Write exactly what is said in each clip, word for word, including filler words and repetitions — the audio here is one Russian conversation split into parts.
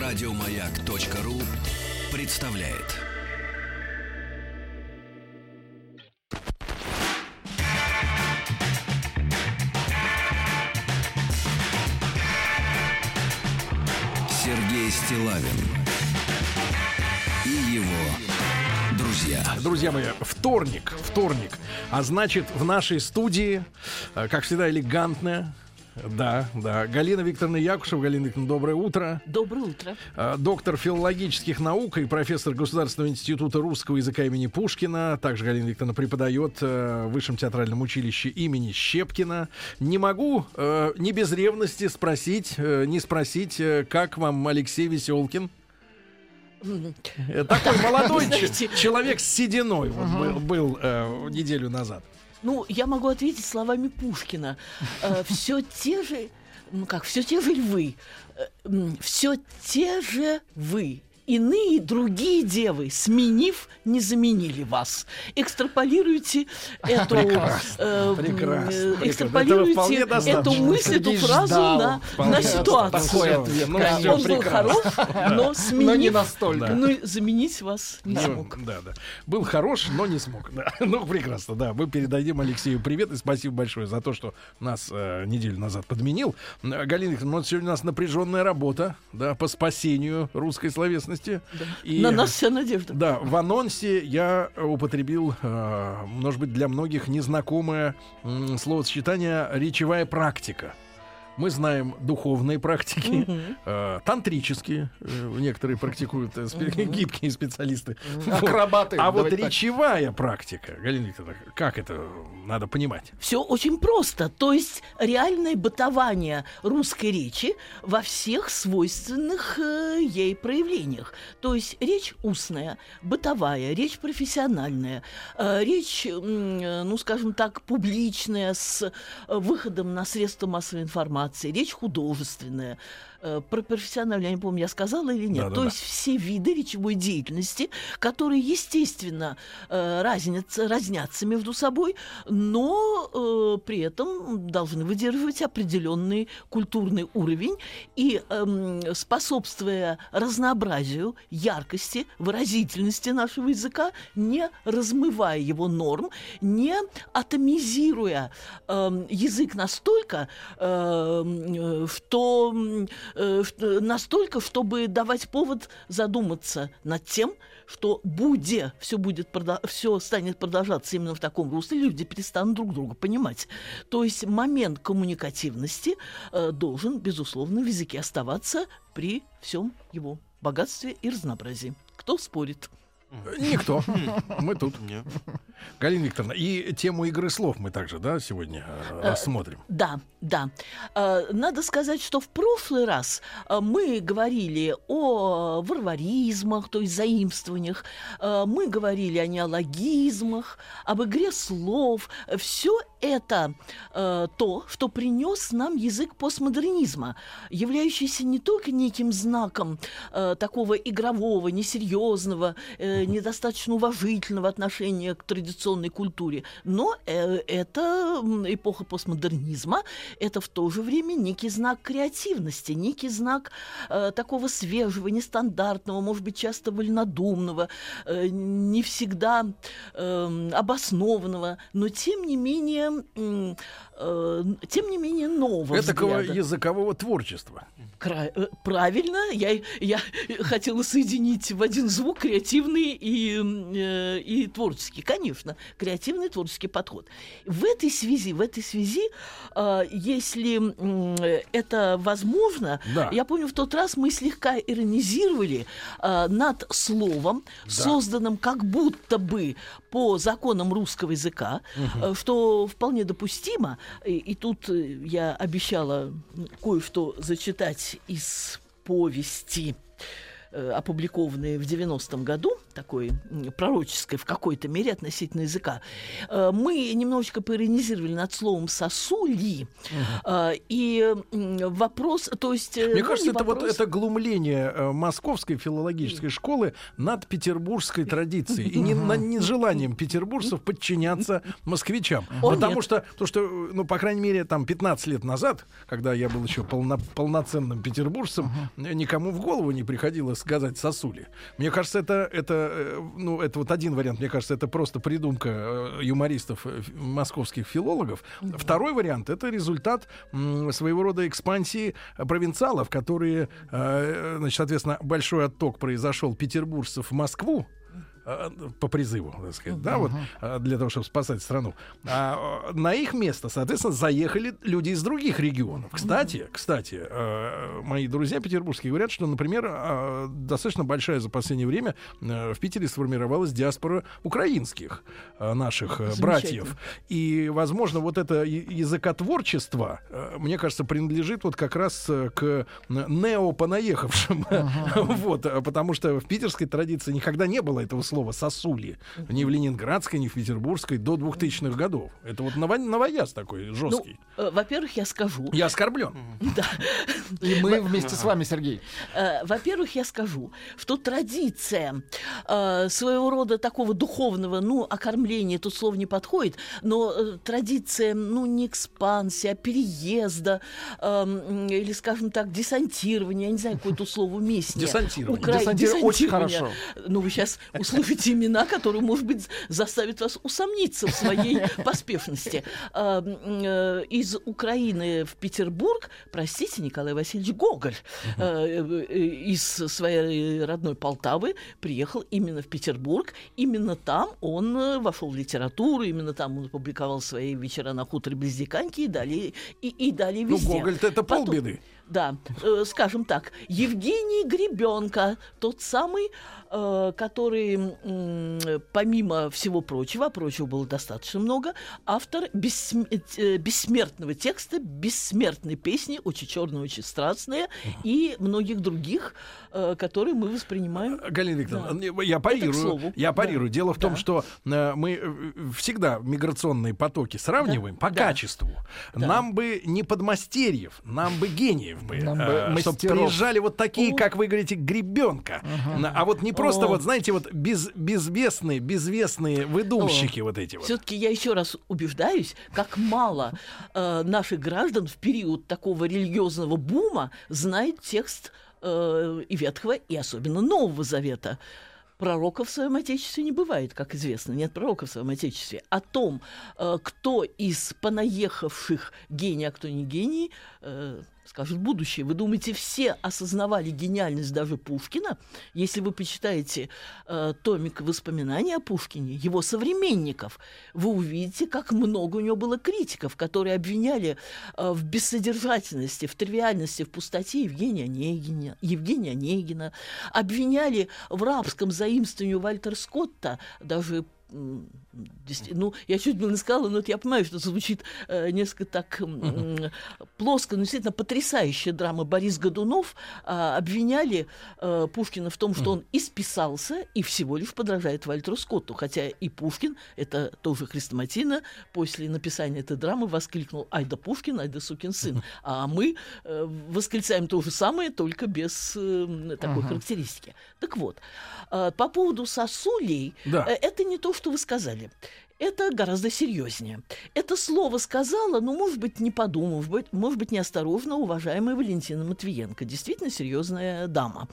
Радиомаяк.ру представляет. Сергей Стиллавин и его друзья. Друзья мои, вторник, вторник. А значит, в нашей студии, как всегда, элегантная. Да, да. Галина Викторовна Якушева. Галина Викторовна, доброе утро. Доброе утро. Доктор филологических наук и профессор Государственного института русского языка имени Пушкина. Также Галина Викторовна преподает в Высшем театральном училище имени Щепкина. Не могу э, не без ревности спросить, э, не спросить, э, как вам Алексей Веселкин? Такой молодой человек с сединой был, был э, неделю назад. Ну, я могу ответить словами Пушкина. Э, все те же, ну как, все те же львы, э, все те же вы. Иные другие девы, сменив, не заменили вас. Экстраполируйте эту, э, прекрасно, экстраполируйте эту мысль, эту фразу на, на ситуацию. Ну, да, он был хорош, но сменив, но не настолько. Но заменить вас не ну, смог. Да, да. Был хорош, но не смог. Да. Ну, прекрасно, да. Мы передадим Алексею привет и спасибо большое за то, что нас э, неделю назад подменил. Галина Викторовна, вот сегодня у нас напряженная работа, да, по спасению русской словесности. Да. И, на нас вся надежда. Да, в анонсе я употребил, э, может быть, для многих незнакомое э, словосочетание «речевая практика». Мы знаем духовные практики, uh-huh. э, тантрические, э, некоторые практикуют э, спе- uh-huh. гибкие специалисты. Uh-huh. Вот. Акробаты. А вот речевая так. практика, Галина Викторовна, как это надо понимать? Все очень просто. То есть реальное бытование русской речи во всех свойственных э, ей проявлениях. То есть речь устная, бытовая, речь профессиональная, э, речь, э, ну, скажем так, публичная, с э, выходом на средства массовой информации, речь художественная. Про профессиональную, я не помню, я сказала или нет. Да, да, То да. есть все виды речевой деятельности, которые, естественно, разнятся, разнятся между собой, но э, при этом должны выдерживать определенный культурный уровень и, э, способствуя разнообразию, яркости, выразительности нашего языка, не размывая его норм, не атомизируя э, язык настолько, э, что настолько, чтобы давать повод задуматься над тем, что буде все будет все станет продолжаться именно в таком русле, люди перестанут друг друга понимать. То есть момент коммуникативности э, должен, безусловно, в языке оставаться при всем его богатстве и разнообразии. Кто спорит? Никто. Мы тут. Галина Викторовна, и тему игры слов мы также, да, сегодня э, рассмотрим. Да, да. Э, надо сказать, что в прошлый раз э, мы говорили о варваризмах, то есть заимствованиях, э, мы говорили о неологизмах, об игре слов. Все это э, то, что принес нам язык постмодернизма, являющийся не только неким знаком э, такого игрового, несерьезного, э, недостаточно уважительного отношения к традиционной культуре, но э, это эпоха постмодернизма, это в то же время некий знак креативности, некий знак э, такого свежего, нестандартного, может быть, часто вольнодумного, э, не всегда э, обоснованного, но тем не менее э, э, тем не менее нового Этакого взгляда. языкового творчества. Кра- правильно, я, я хотела соединить в один звук креативный и, э, и творческий. Конечно, креативный творческий подход. В этой связи, в этой связи, э, если э, это возможно, да. я помню, в тот раз мы слегка иронизировали э, над словом, да. созданным как будто бы по законам русского языка, угу. э, что вполне допустимо. И, и тут я обещала кое-что зачитать из повести, э, опубликованной в девяностом году, такой пророческой в какой-то мере относительно языка. Э, мы немножечко поиронизировали над словом «сосули». Uh-huh. Э, и вопрос, то есть... Мне ну, кажется, это вопрос... вот это глумление э, московской филологической школы над петербургской традицией и не, на, нежеланием петербуржцев подчиняться москвичам. О, потому нет. что, то, что, ну, по крайней мере, там пятнадцать лет назад, когда я был еще полно, полноценным петербуржцем, uh-huh. никому в голову не приходило сказать «сосули». Мне кажется, это, это, ну, это вот один вариант. Мне кажется, это просто придумка юмористов, московских филологов. Uh-huh. Второй вариант — это результат м, своего рода экспансии провинциалов, которые, э, значит, соответственно, большой отток произошел петербуржцев в Москву по призыву, так сказать, uh-huh. да, вот, для того, чтобы спасать страну. А на их место, соответственно, заехали люди из других регионов. Кстати, uh-huh. кстати, мои друзья петербургские говорят, что, например, достаточно большая за последнее время в Питере сформировалась диаспора украинских наших братьев. И, возможно, вот это языкотворчество, мне кажется, принадлежит вот как раз к неопонаехавшим. Uh-huh. Вот, потому что в питерской традиции никогда не было этого слова «сосули». Uh-huh. Ни в ленинградской, ни в петербургской до двухтысячных годов. Это вот ново- новояз такой жесткий. Ну, во-первых, я скажу. Я оскорблен. Да. И мы вместе с вами, Сергей. Во-первых, я скажу, что традиция своего рода такого духовного, ну, окормления, тут слово не подходит, но традиция, ну, не экспансия, а переезда, или, скажем так, десантирования, я не знаю, какое тут слово уместнее. Десантирование. Укра... Десантирование очень хорошо. Ну, вы сейчас услышите имена, которые, может быть, заставят вас усомниться в своей поспешности. Из Украины в Петербург, простите, Николай Васильевич Гоголь uh-huh. из своей родной Полтавы приехал именно в Петербург. Именно там он вошел в литературу, именно там он опубликовал свои «Вечера на хуторе близ Диканьки» и далее, и, и далее везде. Ну, Гоголь-то это Потом, полбеды. Да, э, скажем так, Евгений Гребенко, тот самый, э, который, э, помимо всего прочего, а прочего было достаточно много, автор бессм... э, бессмертного текста, бессмертной песни, очень черные, очень страстные, uh-huh. и многих других, э, которые мы воспринимаем. Галина Викторовна, да. я парирую. Я парирую. Да. Дело в том, да. что э, мы всегда миграционные потоки сравниваем да. по да. качеству. Да. Нам бы не подмастерьев, нам бы гениев. Бы, э, чтобы приезжали вот такие, О. как вы говорите, Гребенка. Uh-huh. А вот не просто, О. вот знаете, вот без, безвестные, безвестные выдумщики О. вот эти вот. Все-таки я еще раз убеждаюсь, как мало э, наших граждан в период такого религиозного бума знает текст э, и Ветхого, и особенно Нового Завета. Пророков в своем Отечестве не бывает, как известно. Нет пророков в своем Отечестве. О том, э, кто из понаехавших гений, а кто не гений, э, скажут будущее. Вы думаете, все осознавали гениальность даже Пушкина? Если вы почитаете э, томик воспоминаний о Пушкине, его современников, вы увидите, как много у него было критиков, которые обвиняли э, в бессодержательности, в тривиальности, в пустоте Евгения Онегина, Евгения Онегина, обвиняли в рабском заимствовании Вальтера Скотта, даже ну, я чуть было не сказала, но это я понимаю, что звучит э, несколько так э, плоско, но действительно потрясающая драма. Борис Годунов э, обвиняли э, Пушкина в том, что он исписался и всего лишь подражает Вальтеру Скотту, хотя и Пушкин, это тоже хрестоматийно, после написания этой драмы воскликнул: «Ай да Пушкин, ай да сукин сын». А мы э, восклицаем то же самое, только без э, такой uh-huh. характеристики. Так вот, э, по поводу сосулей, да. э, это не то, что вы сказали. Это гораздо серьезнее. Это слово сказала, ну, может быть, не подумав, может быть, неосторожно, уважаемая Валентина Матвиенко. Действительно серьезная дама.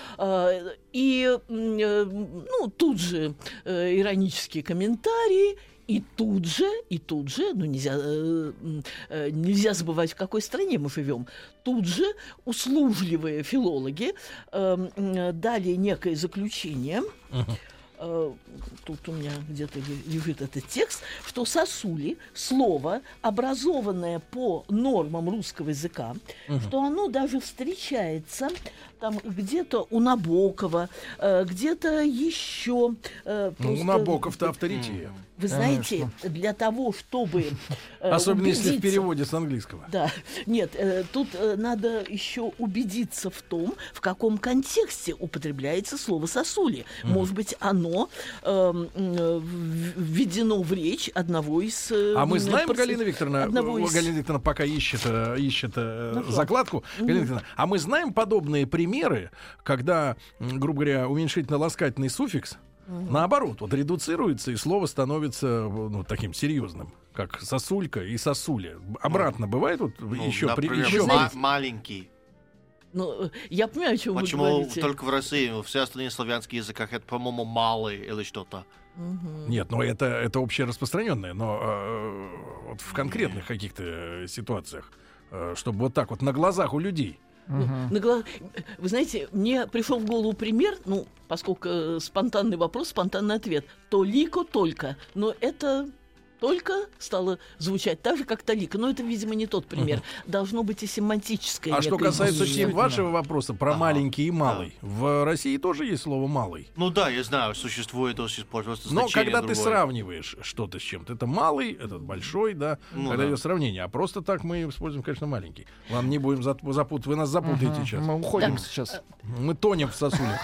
И, ну, тут же иронические комментарии. И тут же, и тут же, ну, нельзя, э, нельзя забывать, в какой стране мы живем, тут же услужливые филологи э, дали некое заключение, тут у меня где-то лежит этот текст, что сосули — слово, образованное по нормам русского языка, угу. что оно даже встречается там где-то у Набокова, где-то еще. Ну, у Набоков-то авторитет. Вы знаете, конечно. Для того, чтобы... Особенно если в переводе с английского. Да. Нет, тут надо еще убедиться в том, в каком контексте употребляется слово «сосули». Mm. Может быть, оно э, введено в речь одного из... Э, а мы знаем, пар... Галина Викторовна, из... Галина Викторовна пока ищет, ищет э, закладку. Mm-hmm. Галина Викторовна, а мы знаем подобные примеры, когда, грубо говоря, уменьшительно-ласкательный суффикс Uh-huh. наоборот, вот редуцируется, и слово становится ну, таким серьезным, как сосулька и сосуля. Обратно uh-huh. бывает вот ну, еще, например, при, еще... ма- маленький. Ну, я понимаю, о чем Почему вы говорите. Почему только в России, во всех остальных славянских языках это, по-моему, малый или что-то. Uh-huh. Нет, но это, это общераспространенное, но э, вот в конкретных uh-huh. каких-то ситуациях, э, чтобы вот так вот на глазах у людей. Uh-huh. На глаз... Вы знаете, мне пришел в голову пример, ну, поскольку э, спонтанный вопрос, спонтанный ответ. Толико только. Но это только стало звучать так же, как толика. Но это, видимо, не тот пример. Uh-huh. Должно быть и семантическое. А что касается изменение. вашего вопроса про ага. маленький и малый, да. в России тоже есть слово «малый». Ну да, я знаю, существует до сих пор. Но когда другое. ты сравниваешь что-то с чем-то, это малый, этот большой, да, ну, когда да. идет сравнение. А просто так мы используем, конечно, маленький. Ладно, не будем запутать. Вы нас запутаете uh-huh. сейчас. Мы уходим так. сейчас. Мы тонем в сосулях.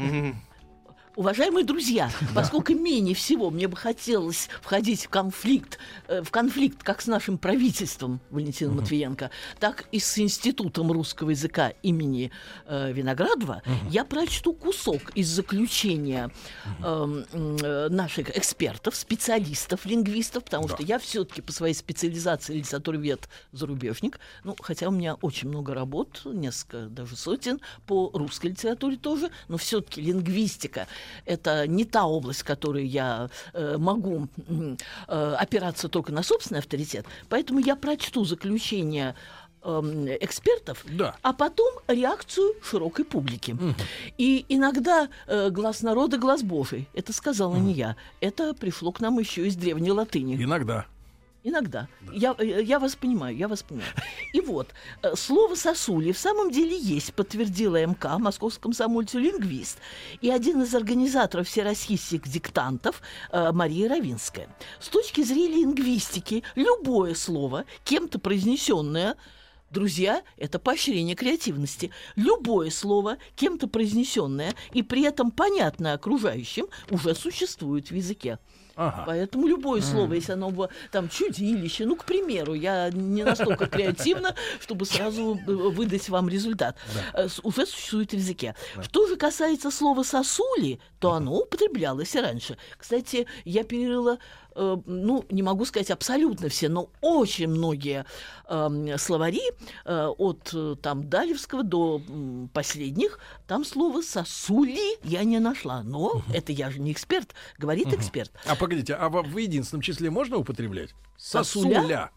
Уважаемые друзья, поскольку менее всего мне бы хотелось входить в конфликт, э, в конфликт как с нашим правительством Валентина uh-huh. Матвиенко, так и с Институтом русского языка имени э, Виноградова, uh-huh. я прочту кусок из заключения э, э, наших экспертов, специалистов, лингвистов, потому да. что я все-таки по своей специализации литературовед зарубежник, ну, хотя у меня очень много работ, несколько, даже сотен, по русской литературе тоже, но все-таки лингвистика — это не та область, в которой я э, могу э, опираться только на собственный авторитет. Поэтому я прочту заключение э, экспертов, да. а потом реакцию широкой публики. Угу. И иногда э, глаз народа — глаз Божий. Это сказала угу. не я. Это пришло к нам еще из древней латыни. Иногда. Иногда. Да. Я, я вас понимаю, я вас понимаю. И вот, слово «сосули» в самом деле есть, подтвердила МК, Московский комсомольцу, лингвист, и один из организаторов всероссийских диктантов Мария Равинская. С точки зрения лингвистики, любое слово, кем-то произнесенное, друзья, это поощрение креативности. Любое слово, кем-то произнесенное и при этом понятное окружающим, уже существует в языке. Ага. Поэтому любое слово, если оно бы там чудилище, ну, к примеру, я не настолько креативна, чтобы сразу выдать вам результат, да. уже существует в языке. Да. Что же касается слова «сосули», то оно употреблялось и раньше. Кстати, я перерыла, э, ну, не могу сказать абсолютно все, но очень многие э, словари э, от э, там Далевского до э, последних, там слово «сосули» я не нашла. Но uh-huh. это я же не эксперт, говорит uh-huh. эксперт. А погодите, а в единственном числе можно употреблять? Сосуля? Сосуля.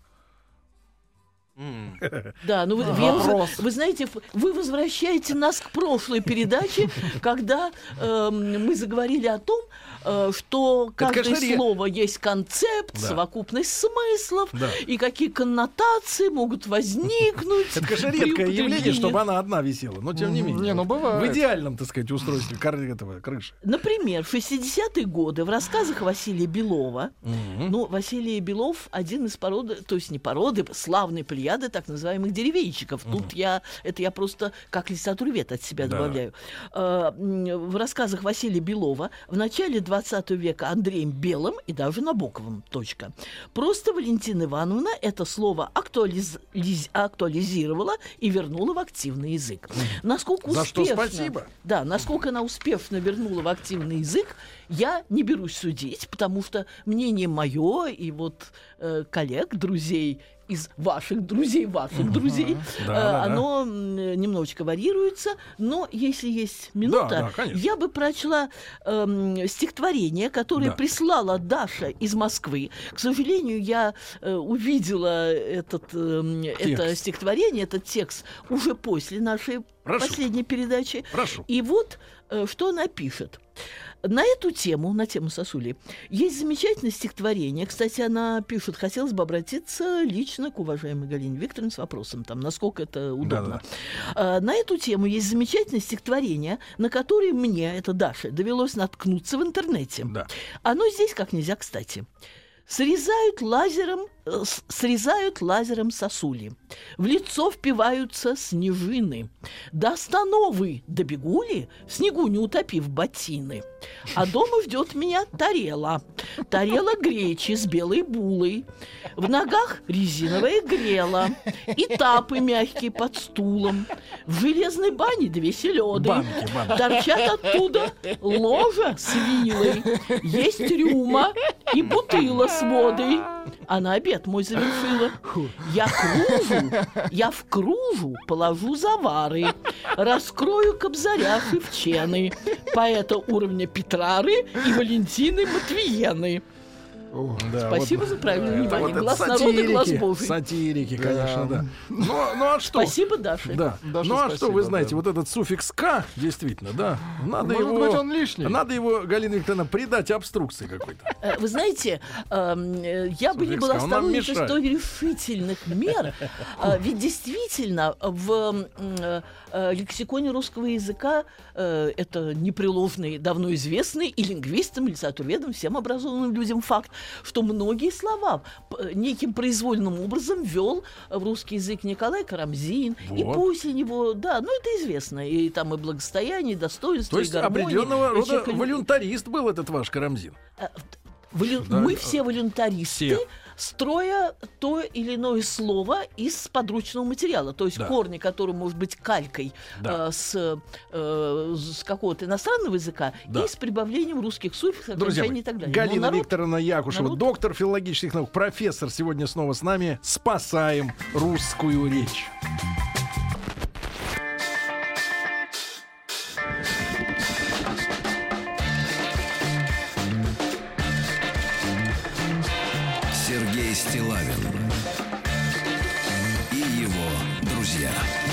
Mm. Да, ну вы, вы, вы знаете, вы возвращаете нас к прошлой передаче, когда э, мы заговорили о том, э, что каждое конечно, слово ре... есть концепт, да. совокупность смыслов, да. и какие коннотации могут возникнуть. Это, конечно, редкое явление, чтобы она одна висела, но тем не менее. Не, ну бывает. В идеальном, так сказать, устройстве этого крыши. Например, в шестидесятые годы в рассказах Василия Белова, ну, Василий Белов один из породы, то есть не породы, славной плеяды так называемых деревенщиков. Uh-huh. Тут я, это я просто как литературовед от себя да. добавляю. Э, в рассказах Василия Белова в начале двадцатого века Андреем Белым и даже Набоковым. Точка. Просто Валентина Ивановна это слово актуализ... актуализировала и вернула в активный язык. Uh-huh. Насколько За успешно, что спасибо. Да, насколько она успешно вернула в активный язык, я не берусь судить, потому что мнение мое и вот э, коллег, друзей из ваших друзей, ваших uh-huh. друзей, да, э, да, оно да. немножечко вариируется, но если есть минута, да, да, я бы прочла э, стихотворение, которое да. прислала Даша из Москвы. К сожалению, я э, увидела этот, э, это стихотворение, этот текст уже после нашей Прошу. последней передачи. Прошу. И вот э, что она пишет. На эту тему, на тему сосулей, есть замечательное стихотворение. Кстати, она пишет: хотелось бы обратиться лично к уважаемой Галине Викторовне с вопросом, там, насколько это удобно. А, на эту тему есть замечательное стихотворение, на которое мне, это Даша, довелось наткнуться в интернете. Да. Оно здесь как нельзя кстати. Срезают лазером, э, срезают лазером сосули. В лицо впиваются снежины. До остановы добегу ли, в снегу не утопив ботины. А дома ждет меня тарела. Тарела гречи с белой булой. В ногах резиновая грела. И тапы мягкие под стулом. В железной бане две селёды. Банки, банки. Торчат оттуда ложа с вилой. Есть рюма и бутыла с водой. Она обед мой завершила. Я кружу, я в кружу положу завары. Раскрою кобзаря Шевчены, поэта уровня Петрары и Валентины Матвиены. Да, Спасибо вот, за правильное это внимание. вот это Глаз народа, глаз сатирики, Божий. Сатирики, Да. конечно, да. Ну, ну а что? Спасибо, Даша. Да. Даша, ну а спасибо, что, вы знаете, да. вот этот суффикс «к», действительно, да, надо Может его... быть, он лишний. Надо его, Галина Викторовна, придать обструкции какой-то. Э, Вы знаете, эм, э, я бы не Суффикс была «к», он нам сторонницей мешает. столь решительных мер, э, ведь действительно в м, э, э, лексиконе русского языка э, это непреложный, давно известный и лингвистам, и литературоведам, всем образованным людям факт, что многие слова п- неким произвольным образом ввел в русский язык Николай Карамзин, и Вот. после него, да, ну это известно, и там и благосостояние, и достоинство, То есть и гармония, определенного и рода человеколюбие. волюнтарист был этот ваш Карамзин. Волю- Да, Мы да. все волюнтаристы, Все. строя то или иное слово из подручного материала. То есть Да. корни, которые может быть калькой Да. э, с, э, с какого-то иностранного языка, Да. и с прибавлением русских суффиксов, Друзья окончаний мои, и так далее. Но Галина народ- Викторовна Якушева, народ- доктор филологических наук, профессор, сегодня снова с нами. Спасаем русскую речь. Сергей Стиллавин и его друзья.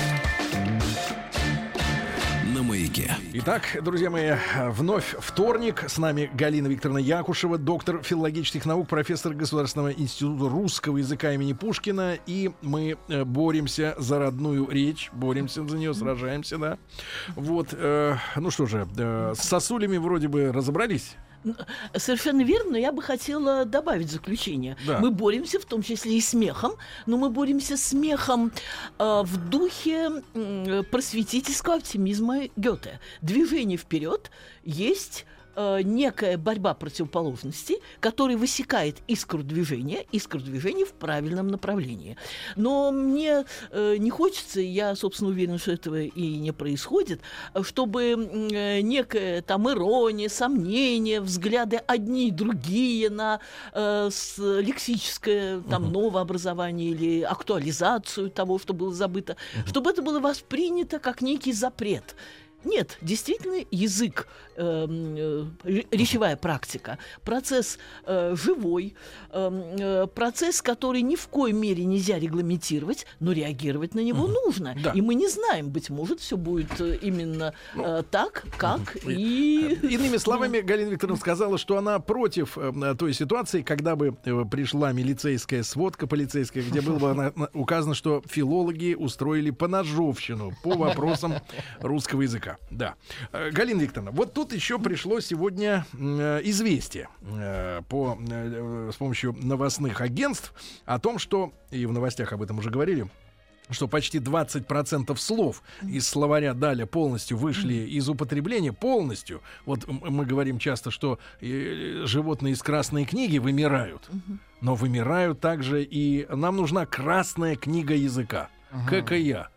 На маяке. Итак, друзья мои, вновь вторник. С нами Галина Викторовна Якушева, доктор филологических наук, профессор Государственного института русского языка имени Пушкина. И мы э, боремся за родную речь, боремся за нее, сражаемся, да. Вот, э, ну что же, э, с сосулями вроде бы разобрались. Совершенно верно, но я бы хотела добавить заключение. Да. Мы боремся в том числе и смехом, но мы боремся смехом э, в духе м, просветительского оптимизма Гёте. Движение вперед есть э, некая борьба противоположностей, которая высекает искру движения, искру движения в правильном направлении. Но мне э, не хочется, я, собственно, уверена, что этого и не происходит, чтобы э, некая там ирония, сомнения, взгляды одни и другие на э, с, лексическое там, новообразование или актуализацию того, что было забыто, чтобы это было воспринято как некий запрет. Нет, действительно, язык, э, э, речевая практика, процесс э, живой, э, э, процесс, который ни в коей мере нельзя регламентировать, но реагировать на него нужно. Да. И мы не знаем, быть может, все будет э, именно э, так, как и... Иными словами, Галина Викторовна сказала, что она против э, той ситуации, когда бы э, пришла милицейская сводка полицейская, где было бы она- на- указано, что филологи устроили поножовщину по вопросам русского языка. Да. Э, Галина Викторовна, вот тут еще пришло сегодня э, известие э, по, э, с помощью новостных агентств о том, что, и в новостях об этом уже говорили, что почти двадцать процентов слов из словаря Даля полностью вышли из употребления, полностью. Вот м- мы говорим часто, что э, животные из Красной книги вымирают, но вымирают также и нам нужна Красная книга языка, ККЯ.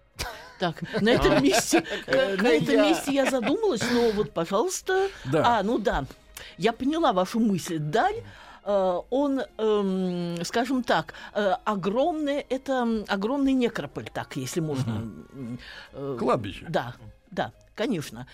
Так, на этом месте, э, на этом я. месте я задумалась, но вот, пожалуйста... Да. А, ну да, я поняла вашу мысль. Даль, э, он, эм, скажем так, э, огромный, это м, огромный некрополь, так, если можно. м, э, Кладбище. Да, да, конечно.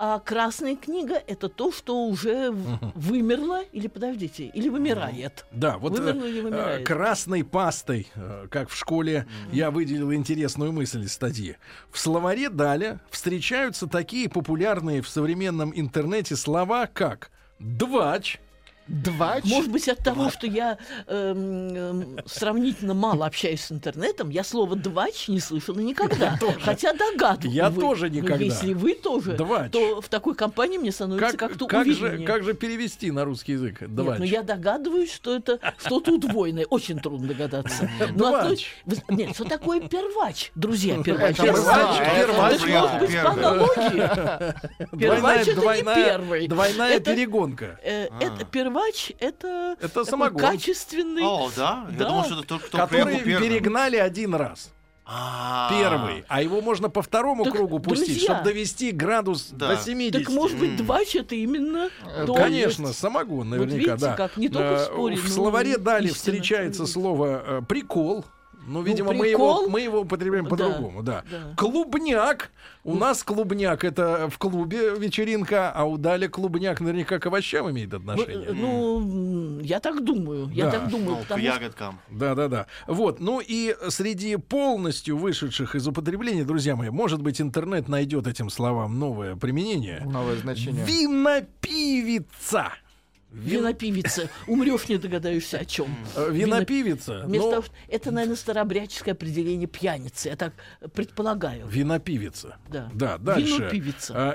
А красная книга — это то, что уже в- вымерло или, подождите, или вымирает. Да, вот Вымерло или э, вымирает. э, красной пастой, э, как в школе, я выделил интересную мысль из статьи. В словаре Даля встречаются такие популярные в современном интернете слова, как «двач», Двач. Может быть, от того, что я эм, эм, сравнительно мало общаюсь с интернетом, я слово «двач» не слышала никогда. Хотя догадываюсь. Я тоже никогда. Если вы тоже, «Двач». то в такой компании мне становится Как, как-то как, же, увереннее. как же перевести на русский язык? Нет, «Двач». но я догадываюсь, что это что-то удвоенное. Очень трудно догадаться. Но Двач. одно- вы- Нет, что такое первач? Друзья, первач. Это Я мы знаю. знаем. Первач. Это ж может быть по аналогии. Первач — это не первый. двойная Это- перегонка. Э, Это первач, это Это такой самогон, качественный. О, да? Я Да. думал, что это тот, кто который приехал первым. перегнали один раз. А. Первый. А его можно по второму Так, кругу пустить, друзья. чтобы довести градус Да. до семидесяти. Так может быть, М. двач это именно Э, то. Конечно, самогон, Вот наверняка, видите, да. как, не только в Э, споре, В но словаре и далее истина встречается есть. слово э, «прикол». Ну, видимо, мы, прикол. его, мы его употребляем Да, по-другому, да. да. Клубняк. У нас клубняк — это в клубе вечеринка, а у Дали клубняк наверняка к овощам имеет Ну, отношение. э, Ну, м, я так думаю, я Да. так думаю, Ну, к потому что ягодкам. Да-да-да. Вот. Ну и среди полностью вышедших из употребления, друзья мои, может быть, интернет найдет этим словам новое применение. Новое значение. Винопивица. Вин- винопивица, умрешь, не догадаешься о чем. э, Винопивица. Вместо ну, того, что- это, наверное, старообрядческое определение пьяницы, я так предполагаю. Винопивица. Да. Да, дальше. Винопивица. А,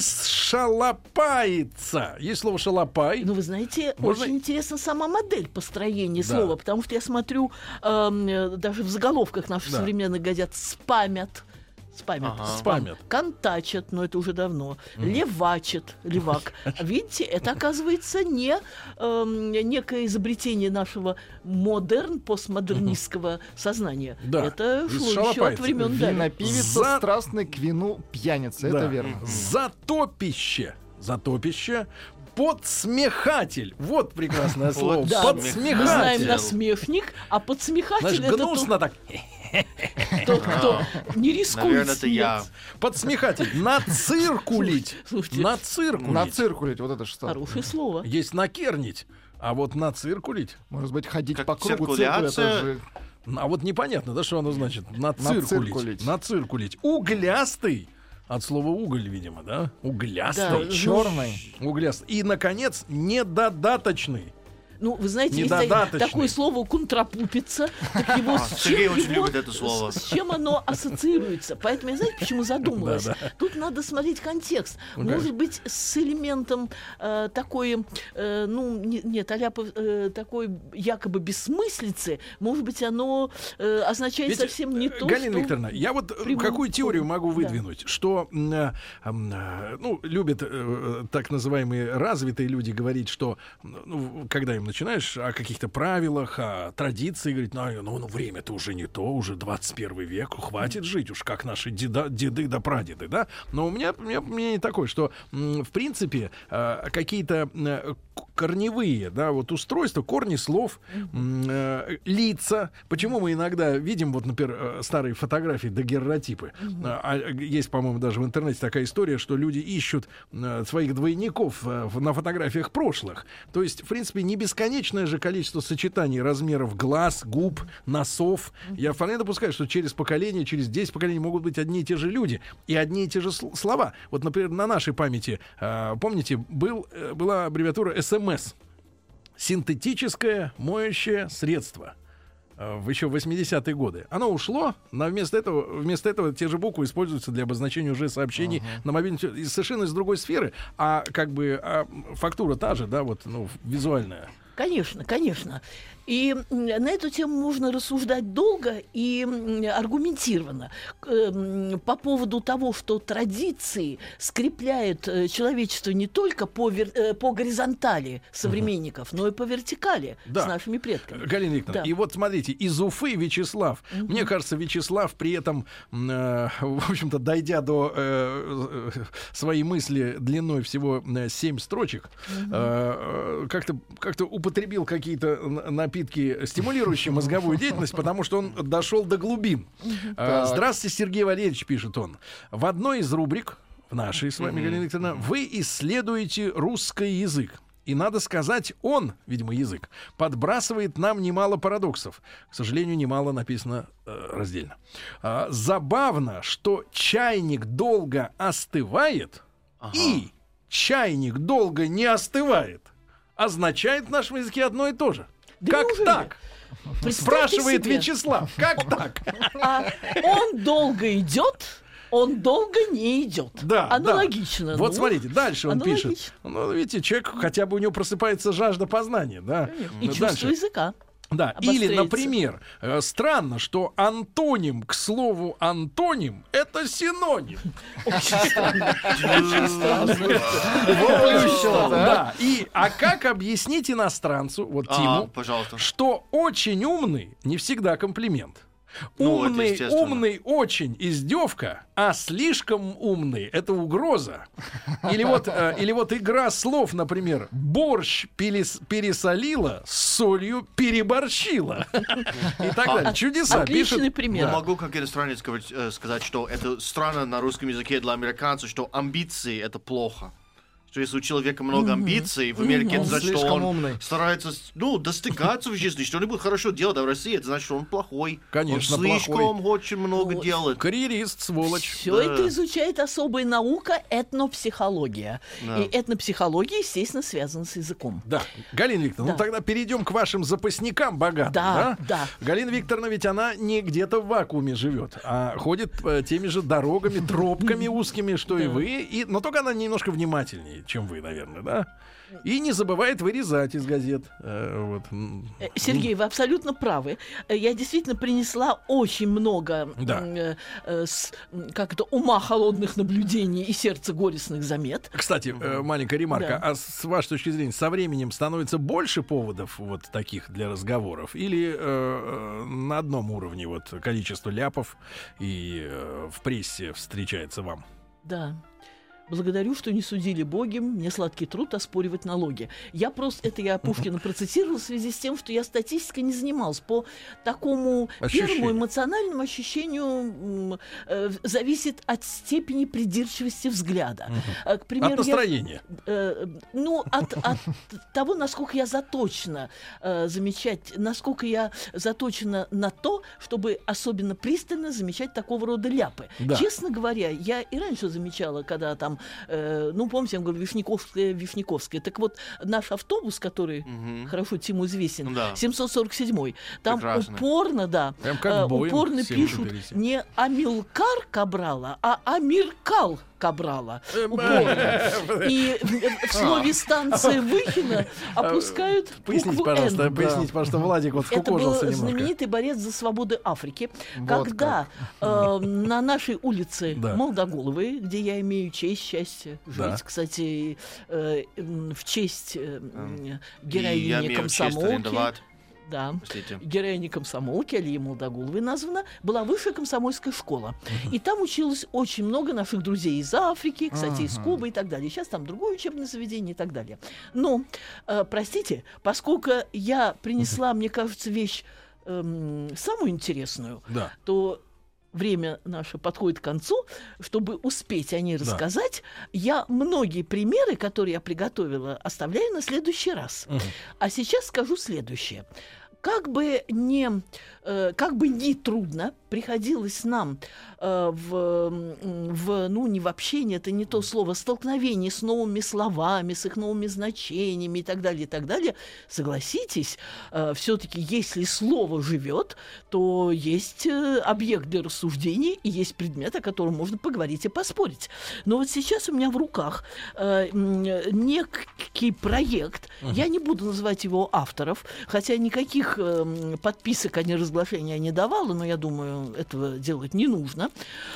Исшалопайца. Есть слово шалопай. Ну, вы знаете, Можно- очень интересна сама модель построения Да. слова, потому что я смотрю, эм, э, даже в заголовках наших Да. современных газет спамят. Спамят, Ага. Спамят. контачат, но это уже давно, левачат, левак. Видите, это оказывается не эм, некое изобретение нашего модерн, постмодернистского сознания. Да, Это из шло еще шалопайца. от времен Даля. Винопивица, За- страстный к вину пьяница. Да. Это верно. Затопище. Затопище. Подсмехатель. Вот прекрасное слово. Да, Подсмехатель. мы знаем насмешник, а подсмехатель Знаешь, это гнусно так. тот, тот, кто не рискует Наверное, это я. смеяться. Подсмехатель. Нациркулить. Слушайте, Нациркулить. Нациркулить, вот это что? хорошее слово. Есть накернить. А вот нациркулить. Может быть, ходить Как по кругу, циркуль, это циркуляция. же... А вот непонятно, да, что оно значит? Нациркулить. Нациркулить. Нациркулить. Углястый. От слова уголь, видимо, да? Углястый. Да, ну, Черный. Углястый. И, наконец, недодаточный. Ну, вы знаете, есть та- Недодаточный. такое слово «контрапупица». Так его, с чем Сергей очень его- любит это слово. С, с чем оно ассоциируется? Поэтому я, знаете, почему задумалась? Да, Тут надо смотреть контекст. Ну, Может конечно. быть, с элементом э, такой, э, ну, не- нет, а-ля пов- э, такой якобы бессмыслицы, может быть, оно э, означает Ведь, совсем не э, то, Галина что... Викторовна, я вот э, прямым какую теорию ходом. могу Да. выдвинуть, что м, э, м, э, ну, любят э, так называемые развитые люди говорить, что ну, когда им начинаешь о каких-то правилах, о традиции, говорить, ну, ну, ну, время-то уже не то, уже двадцать первый век, хватит жить уж, как наши деда, деды да прадеды, да? Но у меня, у меня мнение такое, что м, в принципе э, какие-то э, к- корневые, да, вот устройства, корни слов, м, э, лица. Почему мы иногда видим, вот, например, э, старые фотографии, дагерротипы. А, а, есть, по-моему, даже в интернете такая история, что люди ищут э, своих двойников э, в- на фотографиях прошлых. То есть, в принципе, не бесконечное же количество сочетаний размеров глаз, губб, носов. Я вполне допускаю, что через поколение, через десять поколений могут быть одни и те же люди и одни и те же сл- слова. Вот, например, на нашей памяти, э, помните, был, э, была аббревиатура эс эм эс. Синтетическое моющее средство. Э, в еще восьмидесятые годы. Оно ушло, но вместо этого, вместо этого те же буквы используются для обозначения уже сообщений на мобильном телефоне. Из совершенно из другой сферы, а как бы а фактура та же, да, вот, ну, визуальная. Конечно, конечно. И м, на эту тему можно рассуждать долго и м, аргументированно. К- эм, По поводу того, что традиции скрепляют э, человечество не только по, вер- э, по горизонтали современников, но и по вертикали Да. с нашими предками. Галина Викторовна, Да. и вот смотрите, из Уфы Вячеслав. Мне кажется, Вячеслав при этом, м, э, в общем-то, дойдя до э, э, своей мысли длиной всего э, семь строчек, э, э, как-то как-то употребил какие-то н- напитки, стимулирующие мозговую деятельность, потому что он дошел до глубин. Э, Здравствуйте, Сергей Валерьевич, пишет он. В одной из рубрик в в нашей с вами, Галина Викторовна, вы исследуете русский язык. И надо сказать, он, видимо, язык, подбрасывает нам немало парадоксов. К сожалению, немало написано э, раздельно. А, забавно, что чайник долго остывает, ага. и чайник долго не остывает. Означает в нашем языке одно и то же. Да как неужели? Так? Спрашивает себе. Вячеслав. Как так? А он долго идет, он долго не идет. Да, аналогично. Да. Вот ну, смотрите, дальше он аналогично. пишет. Ну, видите, человек, хотя бы у него просыпается жажда познания, да. И дальше. чувство языка. Да, или, например, э, странно, что антоним, к слову, антоним — это синоним. Очень странно. Очень странно. Да. И, а как объяснить иностранцу, вот Тиму, что очень умный не всегда комплимент? Ну, умный, умный очень издевка, а слишком умный — это угроза. Или вот, э, или вот игра слов, например, борщ перес, пересолила, с солью переборщила. И так далее. Чудеса. Отличный пример. Я могу как иностранец сказать, что это странно на русском языке для американцев, что амбиции — это плохо. Что если у человека много амбиций, в Америке это значит, что он умный. Старается ну, достигаться в жизни, что он будет хорошо делать, а в России это значит, что он плохой. Конечно, он слишком плохой. очень много вот. Делает. Карьерист, сволочь. Все да. это изучает особая наука — этнопсихология. Да. И этнопсихология, естественно, связана с языком. Да. Галина Викторовна, да. ну тогда перейдем к вашим запасникам богатым. Да, да? да. Галина Викторовна, ведь она не где-то в вакууме живет, а ходит э, теми же дорогами, тропками узкими, что и вы. И, но только она немножко внимательнее, чем вы, наверное, да? И не забывает вырезать из газет. Э, вот. Сергей, вы абсолютно правы. Я действительно принесла очень много да. э, э, с, как это, ума холодных наблюдений и сердца горестных замет. Кстати, э, маленькая ремарка. Да. А с вашей точки зрения, со временем становится больше поводов вот таких для разговоров? Или э, на одном уровне вот количество ляпов и э, в прессе встречается вам? Да. Благодарю, что не судили боги, мне сладкий труд оспоривать налоги. Я просто, это я Пушкина процитировала в связи с тем, что я статистикой не занималась. По такому Ощущение. первому эмоциональному ощущению э, зависит от степени придирчивости взгляда. Угу. К примеру, от настроения. Я, э, ну, от, от того, насколько я заточена э, замечать, насколько я заточена на то, чтобы особенно пристально замечать такого рода ляпы. Да. Честно говоря, я и раньше замечала, когда там Э, ну, помните, я говорю, Вишняковская, Вишняковская. Так вот, наш автобус, который угу. хорошо Тиму известен, да. семьсот сорок седьмой, там прекрасно. Упорно, да, э, упорно пишут не Амилкар Кабрала, а Амиркал Кабрала. Упорно. И в, в слове станция Выхина опускают поясните, букву пожалуйста, Н. Поясните, пожалуйста, Владик вот вкукожился немножко. Это был знаменитый борец за свободу Африки. Вот когда э, на нашей улице да. Молдоголовой, где я имею честь, счастье жить, да. кстати, э, в честь э, героини комсомолки. Да, героиней комсомолки Алии Молдоголовой названа, была высшая комсомольская школа. Uh-huh. И там училось очень много наших друзей из Африки, кстати, uh-huh. из Кубы и так далее. Сейчас там другое учебное заведение и так далее. Но, э, простите, поскольку я принесла, uh-huh. мне кажется, вещь э, самую интересную, да. то время наше подходит к концу, чтобы успеть о ней рассказать, да. я многие примеры, которые я приготовила, оставляю на следующий раз. Угу. А сейчас скажу следующее. Как бы не, э, как бы ни трудно приходилось нам э, в, в, ну, не в общении, это не то слово, столкновение с новыми словами, с их новыми значениями и так далее, и так далее, согласитесь, э, все-таки, если слово живет, то есть э, объект для рассуждений и есть предмет, о котором можно поговорить и поспорить. Но вот сейчас у меня в руках э, некий проект, uh-huh. я не буду называть его авторов, хотя никаких подписок о неразглашении я не давала, но я думаю, этого делать не нужно.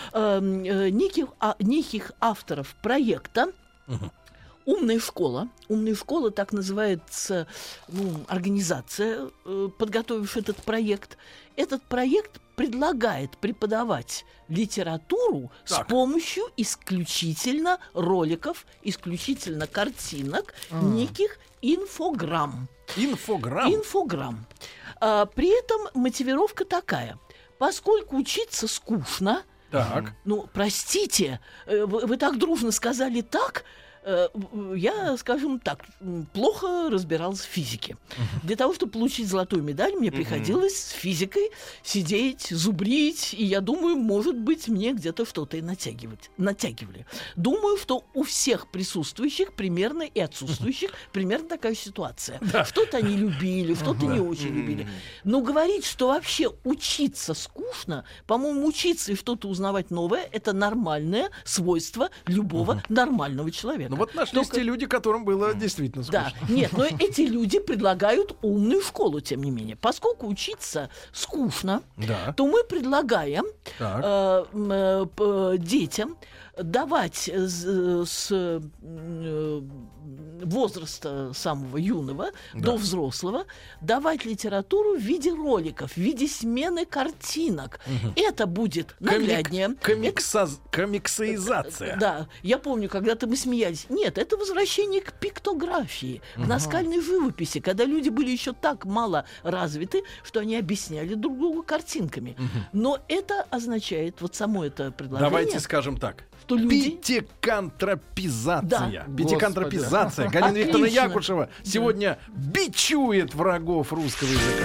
Неких, а, неких авторов проекта uh-huh. «Умная школа». «Умная школа» — так называется ну, организация, подготовившая этот проект. Этот проект предлагает преподавать литературу так. с помощью исключительно роликов, исключительно картинок, uh-huh. неких инфограмм. Инфограмм? Инфограмм. А, при этом мотивировка такая. Поскольку учиться скучно, Так. Ну, простите, э, вы, вы так дружно сказали так. Э, Я, скажем так, м, плохо разбиралась в физике. Для того, чтобы получить золотую медаль, мне приходилось с физикой сидеть, зубрить, и я думаю, может быть, мне где-то что-то и натягивать, натягивали. Думаю, что у всех присутствующих примерно и отсутствующих примерно такая ситуация. Что-то они любили, что-то не очень любили. Но говорить, что вообще учиться скучно, по-моему, учиться и что-то узнавать новое, это нормальное свойство любого нормального человека. Ну вот нашлись Только- те люди, которым было действительно скучно. Да, нет, но эти люди предлагают умную школу, тем не менее. Поскольку учиться скучно, Да. то мы предлагаем Так. э, м, э, п- детям давать э, с, с, э, возраста самого юного до взрослого давать литературу в виде роликов, в виде смены картинок. Это будет нагляднее. Комиксаз- Комиксоизация. Да, я помню, когда-то мы смеялись. Нет, это возвращение к пиктографии, к наскальной живописи, когда люди были еще так мало развиты, что они объясняли друг другу картинками. Но это означает, вот само это предложение, Давайте скажем так. что люди... Пятикантропизация. Да. Пятикантропизация. Галина Отлично. Викторовна Якушева сегодня бичует врагов русского языка.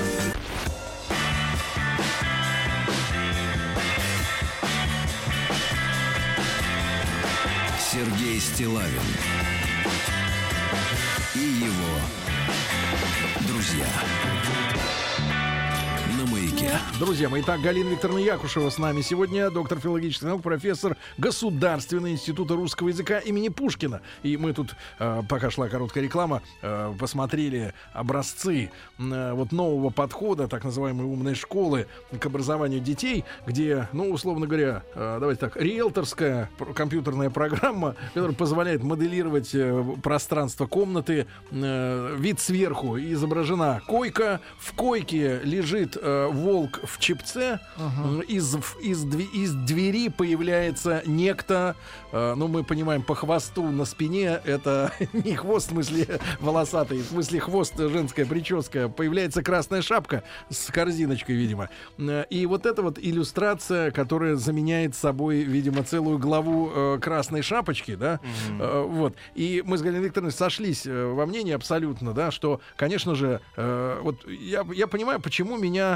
Сергей Стиллавин и его друзья. На маяке. Друзья мои, итак, Галина Викторовна Якушева с нами сегодня, доктор филологических наук, профессор Государственного института русского языка имени Пушкина. И мы тут, э, пока шла короткая реклама, э, посмотрели образцы э, вот нового подхода, так называемой умной школы к образованию детей, где, ну, условно говоря, э, давайте так, риэлторская пр- компьютерная программа, которая позволяет моделировать э, пространство комнаты, э, вид сверху, изображена койка, в койке лежит э, волк в чепце, э, из, в- из, дви- из двери появляется некто, э, ну, мы понимаем, по хвосту на спине, это не хвост, в смысле волосатый, в смысле хвост, женская прическа, появляется красная шапка с корзиночкой, видимо. Э, И вот эта вот иллюстрация, которая заменяет собой, видимо, целую главу э, красной шапочки, да, Э, вот. И мы с Галиной Викторовной сошлись э, во мнении абсолютно, да, что, конечно же, э, вот я, я понимаю, почему меня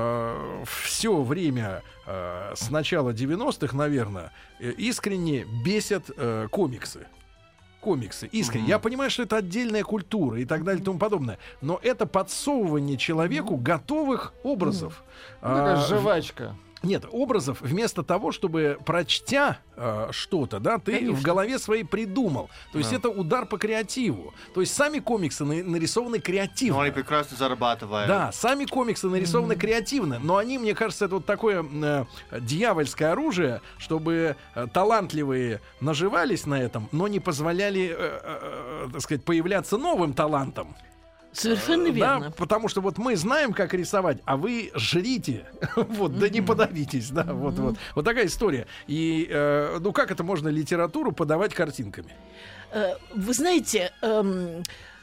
э, все время э, с начала девяностых, наверное, э, искренне бесят э, комиксы. Комиксы, искренне. Я понимаю, что это отдельная культура и так далее и тому подобное. Но это подсовывание человеку готовых образов. Ну, такая А, жвачка. Нет, образов вместо того, чтобы, прочтя э, что-то, да, ты Конечно. в голове своей придумал. То есть Да. это удар по креативу. То есть сами комиксы на- нарисованы креативно. Но они прекрасно зарабатывают. Да, сами комиксы нарисованы креативно, но они, мне кажется, это вот такое э, дьявольское оружие, чтобы э, талантливые наживались на этом, но не позволяли, э, э, э, так сказать, появляться новым талантам. Совершенно верно. Да, потому что вот мы знаем, как рисовать, а вы жрите. Вот, да не подавитесь, да, вот, вот. Вот такая история. И, э, ну, как это можно литературу подавать картинками? Э, Вы знаете, эм,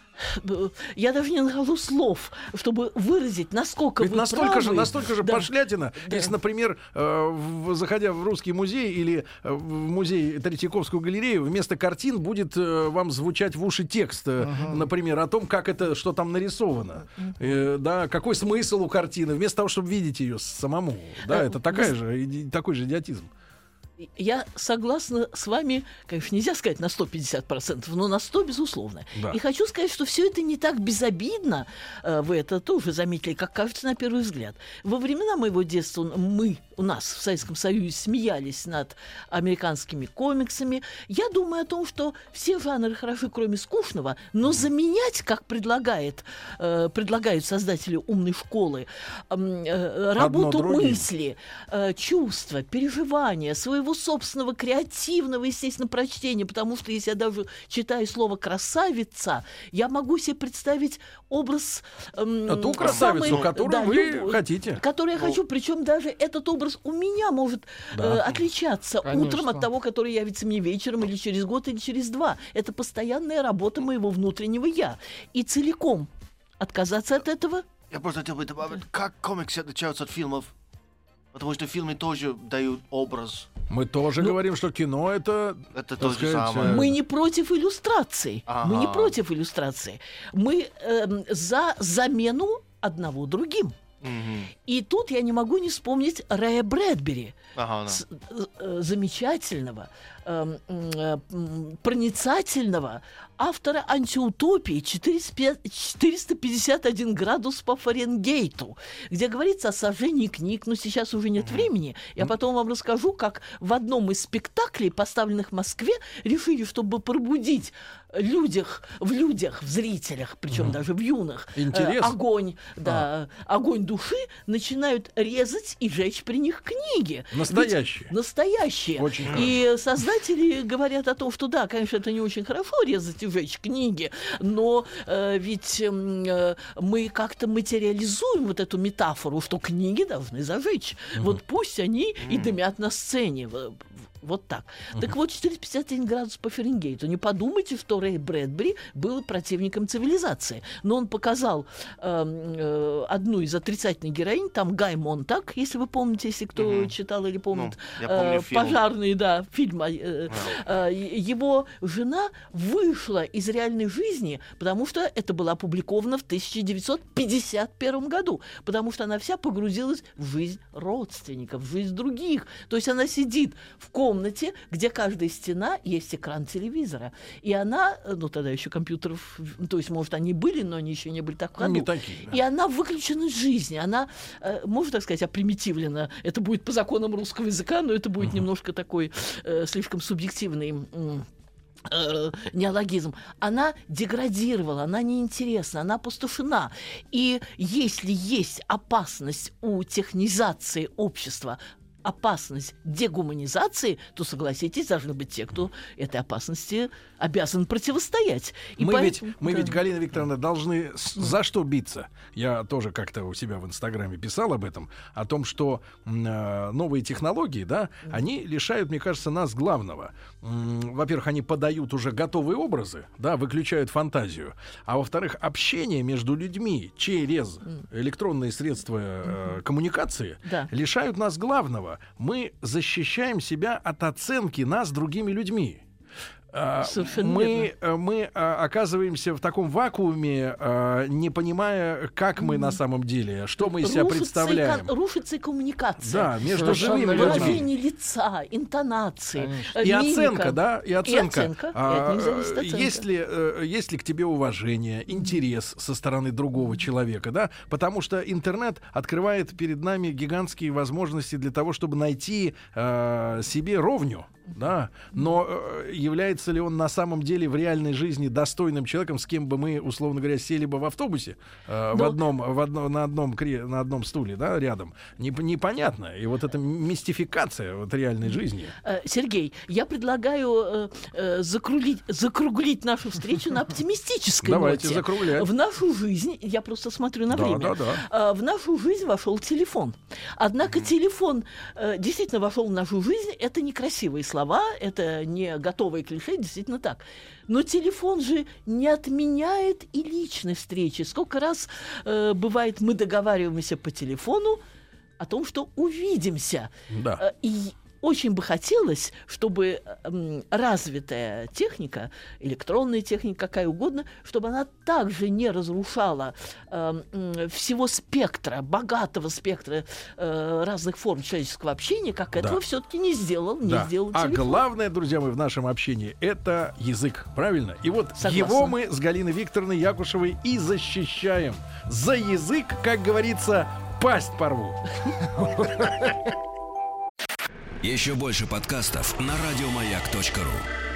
б- я даже не нахожу слов, чтобы выразить, насколько Ведь вы настолько правы. же, настолько же Да. пошлятина, Да. если, например, э, в- заходя в Русский музей или э, в музей Третьяковскую галерею, вместо картин будет э, вам звучать в уши текст, э, например, о том, как это, что там нарисовано, Э, да, какой смысл у картины, вместо того, чтобы видеть ее самому, да, Э, это такая же, иди- такой же идиотизм. Я согласна с вами, конечно, нельзя сказать на сто пятьдесят процентов, но на сто безусловно. Да. И хочу сказать, что все это не так безобидно, э, вы это тоже заметили, как кажется на первый взгляд. Во времена моего детства мы, у нас в Советском Союзе, смеялись над американскими комиксами. Я думаю о том, что все жанры хороши, кроме скучного, но заменять, как предлагает, э, предлагают создатели умной школы, эм, э, работу другим. мысли, э, чувства, переживания, своего собственного креативного, естественно, прочтения, потому что если я даже читаю слово «красавица», я могу себе представить образ... эм, А ту красавицу, самой- которую да, вы любой, хотите. Который я хочу, причем даже этот образ у меня может Да. э, отличаться Конечно. утром от того, который явится мне вечером или через год, или через два. Это постоянная работа моего внутреннего «я». И целиком отказаться от этого... Я просто хотел бы добавить, как комиксы отличаются от фильмов? Потому что фильмы тоже дают образ. Мы тоже Ну, говорим, что кино это... Это так то же сказать, самое. э, Мы не против иллюстраций. Мы не Ага. против иллюстраций. Мы эм, за замену одного другим. Мгм. И тут я не могу не вспомнить Рэя Брэдбери, Ага, да. с- э, э, замечательного, эм, э, м, проницательного автора антиутопии четыреста пять четыреста пятьдесят один градус по Фаренгейту, где говорится о сожжении книг, но сейчас уже нет времени. Я потом вам расскажу, как в одном из спектаклей, поставленных в Москве, решили, чтобы пробудить людях, в людях, в зрителях, причем даже в юных, э, Интерес. огонь, да, огонь души, начинают резать и жечь при них книги. Настоящие. Ведь настоящие. Очень И создатели говорят о том, что да, конечно, это не очень хорошо резать и жечь книги, но э, ведь м, э, мы как-то материализуем вот эту метафору, что книги должны зажечь. Вот пусть они и дымят на сцене. В- Вот так. Так вот, четыреста пятьдесят один градус по Фаренгейту. Не подумайте, что Рэй Брэдбери был противником цивилизации. Но он показал э, э, одну из отрицательных героинь, там Гай Монтак, если вы помните, если кто Мгм. читал или помнит. Ну, я помню э, фильм. Пожарный, да, фильм. э, э, его жена вышла из реальной жизни, потому что это было опубликовано в тысяча девятьсот пятьдесят первом году, потому что она вся погрузилась в жизнь родственников, в жизнь других. То есть она сидит в комнате, где каждая стена есть экран телевизора. И она, ну тогда еще компьютеров, то есть, может, они были, но они еще не были так в ходу. Не такие, да. И она выключена из жизни. Она, э, можно так сказать, опримитивлена. Это будет по законам русского языка, но это будет немножко такой э, слишком субъективный м, э, неологизм. Она деградировала, она неинтересна, она опустошена. И если есть опасность у технизации общества, опасность дегуманизации, то, согласитесь, должны быть те, кто этой опасности обязан противостоять. И Мы, ведь, поэтому- мы да. ведь, Галина Викторовна, должны с- за что биться? Я тоже как-то у себя в Инстаграме писал об этом, о том, что м, э, новые технологии, да, они лишают, мне кажется, нас главного. М, Во-первых, они подают уже готовые образы, да, выключают фантазию. А во-вторых, общение между людьми через электронные средства э, коммуникации Да. лишают нас главного. Мы защищаем себя от оценки нас другими людьми. А, Совершенно мы, верно. э, мы а, оказываемся в таком вакууме, а, не понимая, как мы на самом деле, что мы из себя Рушится и представляем. кон- рушится и коммуникация. Да, между Совершенно живыми верно. людьми. Выражение лица, интонации, Конечно. э, И мимика. оценка, да, и оценка. И оценка, и А, от них зависит оценка. Есть ли, э, есть ли к тебе уважение, интерес со стороны другого человека, да? Потому что интернет открывает перед нами гигантские возможности для того, чтобы найти э, себе ровню, да? Но э, является ли он на самом деле в реальной жизни достойным человеком, с кем бы мы, условно говоря, сели бы в автобусе э, в Но- одном, в одно, на, одном, кре- на одном стуле, да, рядом? Неп- непонятно. И вот эта мистификация вот реальной жизни. Э, Сергей, я предлагаю э, э, закруглить, закруглить нашу встречу на оптимистической Давайте ноте. закруглять. В нашу жизнь, я просто смотрю на Да, время, да, да. э, в нашу жизнь вошел телефон. Однако телефон э, действительно вошел в нашу жизнь. Это некрасивые слова, это не готовые клише, действительно так. Но телефон же не отменяет и личной встречи. Сколько раз э, бывает, мы договариваемся по телефону о том, что увидимся. Да. Э, И очень бы хотелось, чтобы м, развитая техника, электронная техника, какая угодно, чтобы она также не разрушала э, м, всего спектра, богатого спектра э, разных форм человеческого общения, как Да. этого все-таки не сделал, не Да. сделал А телефон. главное, друзья мои, в нашем общении — это язык, правильно? И вот Согласна. его мы с Галиной Викторовной Якушевой и защищаем. За язык, как говорится, пасть порву. Еще больше подкастов на радиомаяк точка ру.